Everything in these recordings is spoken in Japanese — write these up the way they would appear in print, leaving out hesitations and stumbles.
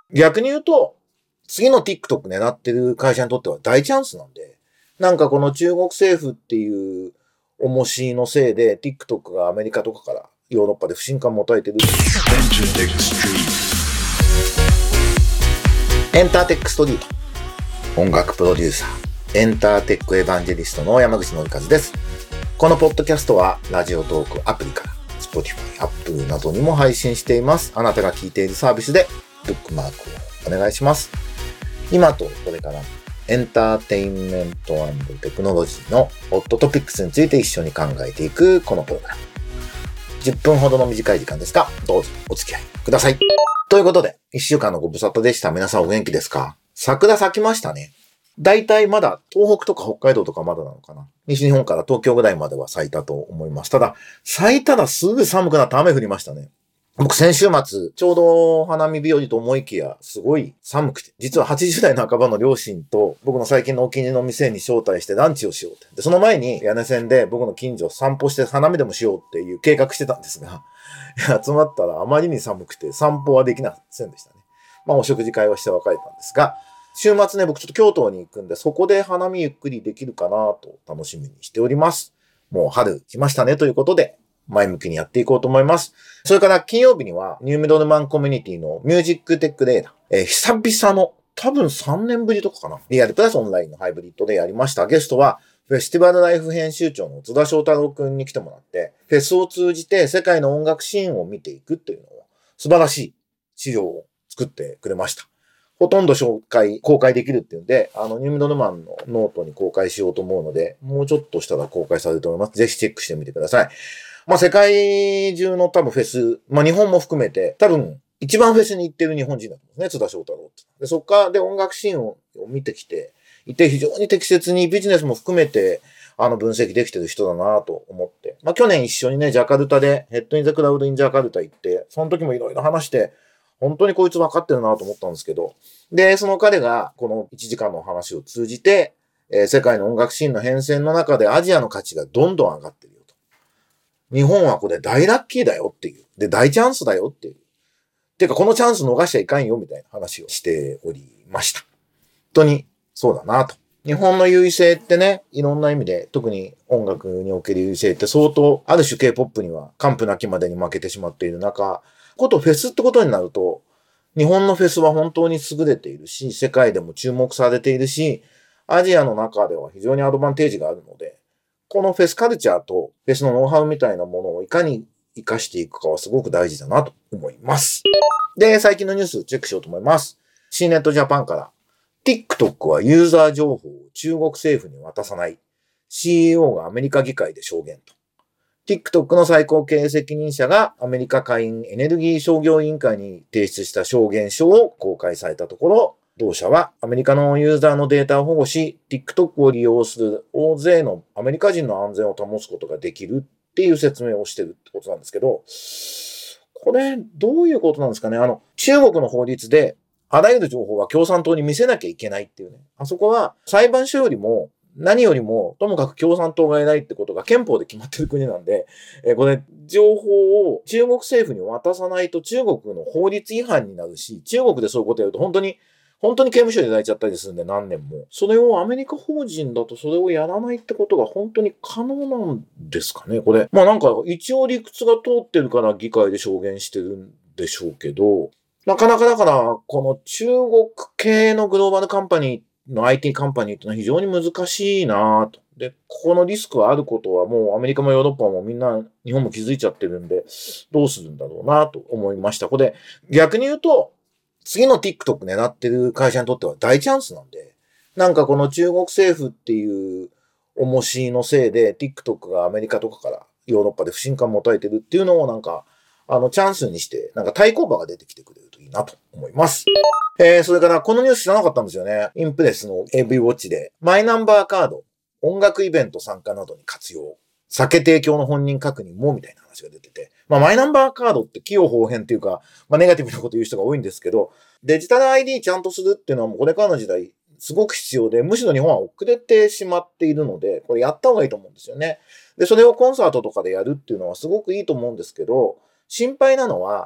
逆に言うと、次の TikTok 狙ってる会社にとっては大チャンスなんで、なんかこの中国政府っていう重しのせいで TikTok がアメリカとかからヨーロッパで不信感持たれてる。エンターテックストリート。音楽プロデューサー、エンターテックエヴァンジェリストの山口のりかずです。このポッドキャストはラジオトークアプリから Spotify、Apple などにも配信しています。あなたが聞いているサービスでブックマークをお願いします。今とこれからエンターテインメント&テクノロジーのホットトピックスについて一緒に考えていくこのプログラム。10分ほどの短い時間ですが、どうぞお付き合いください。ということで、1週間のご無沙汰でした。皆さんお元気ですか？桜咲きましたね。だいたいまだ東北とか北海道とかまだなのかな。西日本から東京ぐらいまでは咲いたと思います。ただ、咲いたらすぐ寒くなって雨降りましたね。僕先週末、ちょうど花見日和と思いきや、すごい寒くて、実は80代半ばの両親と僕の最近のお気に入りの店に招待してランチをしようって。で、その前に屋根線で僕の近所を散歩して花見でもしようっていう計画してたんですが、集まったらあまりに寒くて散歩はできませんでしたね。まあお食事会はして別れたんですが、週末ね、僕ちょっと京都に行くんで、そこで花見ゆっくりできるかなと楽しみにしております。もう春来ましたねということで、前向きにやっていこうと思います。それから金曜日にはニューミドルマンコミュニティのミュージックテックデータ、久々の多分3年ぶりとかかな。リアルプラスオンラインのハイブリッドでやりました。ゲストはフェスティバルライフ編集長の津田翔太郎くんに来てもらって、フェスを通じて世界の音楽シーンを見ていくっていうのを素晴らしい資料を作ってくれました。ほとんど公開できるっていうんで、ニューミドルマンのノートに公開しようと思うので、もうちょっとしたら公開されると思います。ぜひチェックしてみてください。まあ、世界中の多分フェス、まあ、日本も含めて、多分、一番フェスに行ってる日本人だと思うんですね、津田翔太郎って。で、そっからで音楽シーンを見てきていて、非常に適切にビジネスも含めて、分析できてる人だなと思って。まあ、去年一緒にね、ジャカルタで、ヘッドインザクラウドインジャカルタ行って、その時もいろいろ話して、本当にこいつ分かってるなと思ったんですけど、で、その彼がこの1時間の話を通じて、世界の音楽シーンの変遷の中でアジアの価値がどんどん上がってるよと。日本はこれ大ラッキーだよっていう。で、大チャンスだよっていう。てか、このチャンス逃しちゃいかんよみたいな話をしておりました。本当にそうだなと。日本の優位性ってね、いろんな意味で、特に音楽における優位性って相当、ある種 K-POP には完膚なきまでに負けてしまっている中、ことフェスってことになると、日本のフェスは本当に優れているし、世界でも注目されているし、アジアの中では非常にアドバンテージがあるので、このフェスカルチャーとフェスのノウハウみたいなものをいかに活かしていくかはすごく大事だなと思います。で、最近のニュースチェックしようと思います。C ネットジャパンから、TikTok はユーザー情報を中国政府に渡さない。CEO がアメリカ議会で証言と。TikTok の最高経営責任者がアメリカ下院エネルギー商業委員会に提出した証言書を公開されたところ、同社はアメリカのユーザーのデータを保護し、TikTok を利用する大勢のアメリカ人の安全を保つことができるっていう説明をしてるってことなんですけど、これどういうことなんですかね。中国の法律であらゆる情報は共産党に見せなきゃいけないっていうね。あそこは裁判所よりも何よりも、ともかく共産党が偉いってことが憲法で決まってる国なんで、これ、情報を中国政府に渡さないと中国の法律違反になるし、中国でそういうことやると本当に刑務所で抱いちゃったりするんで何年も。それをアメリカ法人だとそれをやらないってことが本当に可能なんですかね、これ。まあなんか一応理屈が通ってるから議会で証言してるんでしょうけど、なかなかだから、この中国系のグローバルカンパニーの IT カンパニーってのは非常に難しいなぁと。で、ここのリスクはあることはもうアメリカもヨーロッパもみんな日本も気づいちゃってるんで、どうするんだろうなと思いました。これ逆に言うと、次の TikTok 狙ってる会社にとっては大チャンスなんで、なんかこの中国政府っていう重しのせいで TikTok がアメリカとかからヨーロッパで不信感持たれてるっていうのをなんか、チャンスにして、なんか対抗馬が出てきてくれるといいなと思います。それからこのニュース知らなかったんですよね。インプレスの AV ウォッチで、マイナンバーカード、音楽イベント参加などに活用。酒提供の本人確認もみたいな話が出てて。まあ、マイナンバーカードって器用方変っていうか、まあ、ネガティブなこと言う人が多いんですけど、デジタル ID ちゃんとするっていうのはもうこれからの時代、すごく必要で、むしろ日本は遅れてしまっているので、これやった方がいいと思うんですよね。で、それをコンサートとかでやるっていうのはすごくいいと思うんですけど、心配なのは、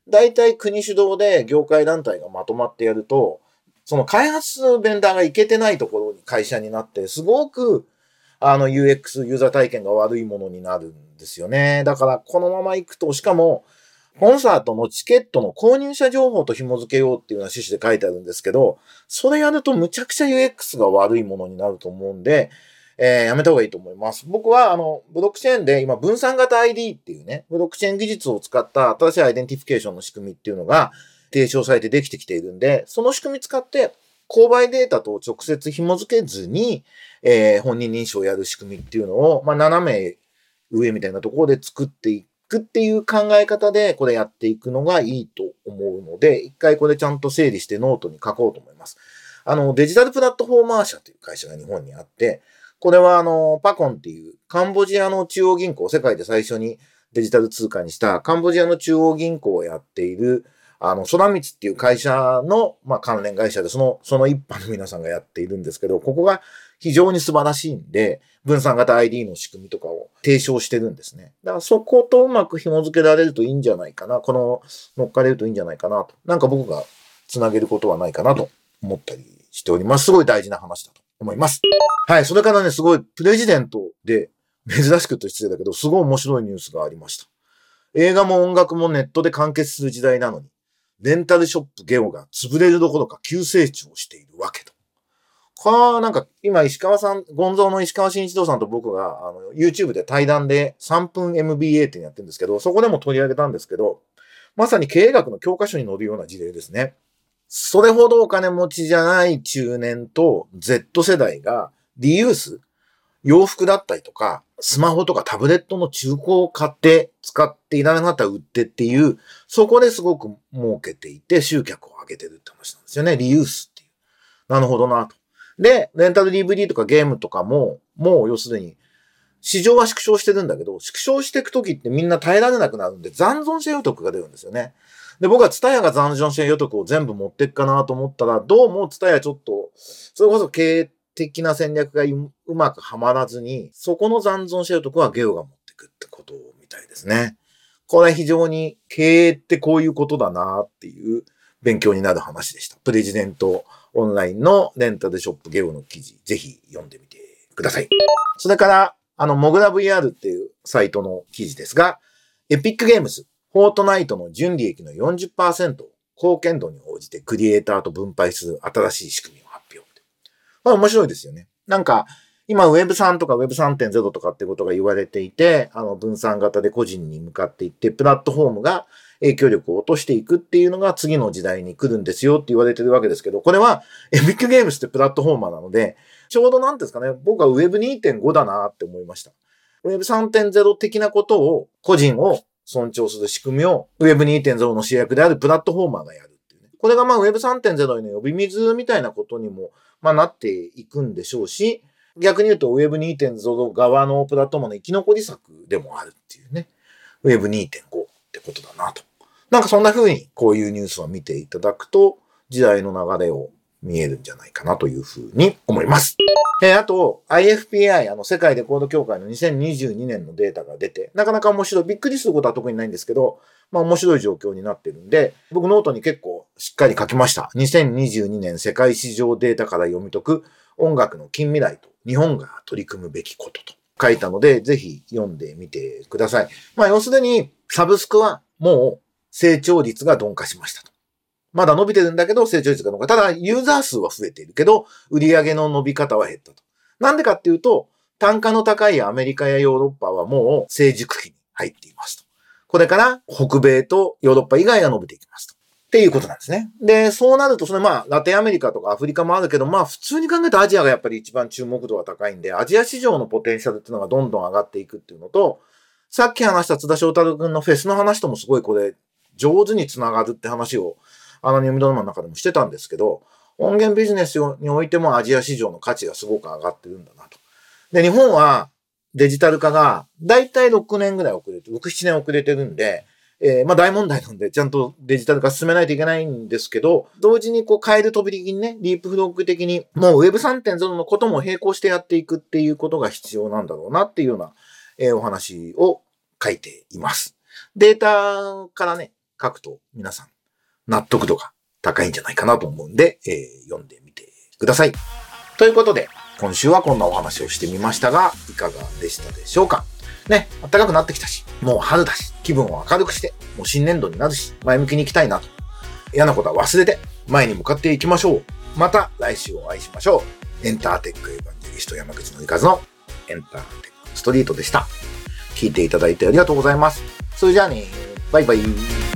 大体国主導で業界団体がまとまってやると、その開発するベンダーがいけてないところに会社になって、すごく、UX、ユーザー体験が悪いものになるんですよね。だから、このまま行くと、しかも、コンサートのチケットの購入者情報と紐付けようっていうような趣旨で書いてあるんですけど、それやるとむちゃくちゃ UX が悪いものになると思うんで、やめた方がいいと思います。僕は、ブロックチェーンで今、分散型 ID っていうね、ブロックチェーン技術を使った新しいアイデンティフィケーションの仕組みっていうのが提唱されてできてきているんで、その仕組み使って、購買データと直接紐付けずに、本人認証をやる仕組みっていうのを、斜め上みたいなところで作っていくっていう考え方で、これやっていくのがいいと思うので、一回これちゃんと整理してノートに書こうと思います。デジタルプラットフォーマー社という会社が日本にあって、これはパコンっていうカンボジアの中央銀行、世界で最初にデジタル通貨にしたカンボジアの中央銀行をやっている、空光っていう会社の、関連会社で、その一派の皆さんがやっているんですけど、ここが非常に素晴らしいんで、分散型 ID の仕組みとかを提唱してるんですね。だからそことうまく紐付けられるといいんじゃないかな。乗っかれるといいんじゃないかなと。なんか僕がつなげることはないかなと思ったりしております。すごい大事な話だと思います。はい。それからね、すごいプレジデントで珍しくと失礼だけど、すごい面白いニュースがありました。映画も音楽もネットで完結する時代なのに、レンタルショップゲオが潰れるどころか急成長しているわけと。なんか今ゴンゾーの石川慎一郎さんと僕がYouTube で対談で3分 MBA ってやってるんですけど、そこでも取り上げたんですけど、まさに経営学の教科書に載るような事例ですね。それほどお金持ちじゃない中年と Z 世代がリユース、洋服だったりとか、スマホとかタブレットの中古を買って使っていらなかったら売ってっていう、そこですごく儲けていて集客を上げてるって話なんですよね。リユースっていう。なるほどなと。で、レンタル DVD とかゲームとかもう要するに市場は縮小してるんだけど、縮小していくときってみんな耐えられなくなるんで残存性予測が出るんですよね。で、僕はツタヤが残存性予測を全部持っていくかなと思ったら、どうもツタヤちょっと、それこそ経営的な戦略がうまくはまらずに、そこの残存性予測はゲオが持っていくってことみたいですね。これ非常に経営ってこういうことだなっていう勉強になる話でした。プレジデントオンラインのレンタルショップゲオの記事、ぜひ読んでみてください。それから、モグラ VR っていうサイトの記事ですが、エピックゲームス、フォートナイトの純利益の 40% を貢献度に応じてクリエイターと分配する新しい仕組みを発表。これ面白いですよね。なんか、今 Web3 とか Web3.0 とかってことが言われていて、分散型で個人に向かっていって、プラットフォームが影響力を落としていくっていうのが次の時代に来るんですよって言われてるわけですけど、これはエピックゲームスってプラットフォーマーなので、ちょうどなんですかね、僕は Web2.5 だなって思いました。Web3.0 的なことを、個人を尊重する仕組みを Web2.0 の主役であるプラットフォーマーがやるっていうね。これがWeb3.0 への呼び水みたいなことにもなっていくんでしょうし、逆に言うと Web2.0 側のプラットフォームの生き残り策でもあるっていうね。Web2.5 ってことだなと。なんかそんな風にこういうニュースを見ていただくと時代の流れを見えるんじゃないかなという風に思います。あと IFPI、世界レコード協会の2022年のデータが出て、なかなか面白い。びっくりすることは特にないんですけど、面白い状況になってるんで、僕ノートに結構しっかり書きました。2022年世界市場データから読み解く音楽の近未来と日本が取り組むべきことと書いたので、ぜひ読んでみてください。要するに、サブスクはもう成長率が鈍化しましたと。まだ伸びてるんだけど成長率が鈍化。ただ、ユーザー数は増えているけど、売上の伸び方は減ったと。なんでかっていうと、単価の高いアメリカやヨーロッパはもう成熟期に入っていますと。これから北米とヨーロッパ以外が伸びていきますと。っていうことなんですね。で、そうなると、ラテンアメリカとかアフリカもあるけど、普通に考えたらアジアがやっぱり一番注目度が高いんで、アジア市場のポテンシャルっていうのがどんどん上がっていくっていうのと、さっき話した津田翔太郎君のフェスの話ともすごいこれ、上手につながるって話を、読みドラマの中でもしてたんですけど、音源ビジネスにおいてもアジア市場の価値がすごく上がってるんだなと。で、日本はデジタル化がだいたい6年ぐらい遅れて、6、7年遅れてるんで、大問題なんで、ちゃんとデジタル化進めないといけないんですけど、同時にカエル飛び的にね、リープフロッグ的に、もう Web3.0 のことも並行してやっていくっていうことが必要なんだろうなっていうような、お話を書いています。データからね、 書くと皆さん納得度が高いんじゃないかなと思うんで、読んでみてください。ということで、今週はこんなお話をしてみましたが、いかがでしたでしょうか。ね、暖かくなってきたし、もう春だし、気分を明るくして、もう新年度になるし、前向きに行きたいなと。嫌なことは忘れて、前に向かっていきましょう。また来週お会いしましょう。エンターテックエヴァンジェリスト山口のりかずのエンターテックストリートでした。聞いていただいてありがとうございます。それじゃあね、バイバイ。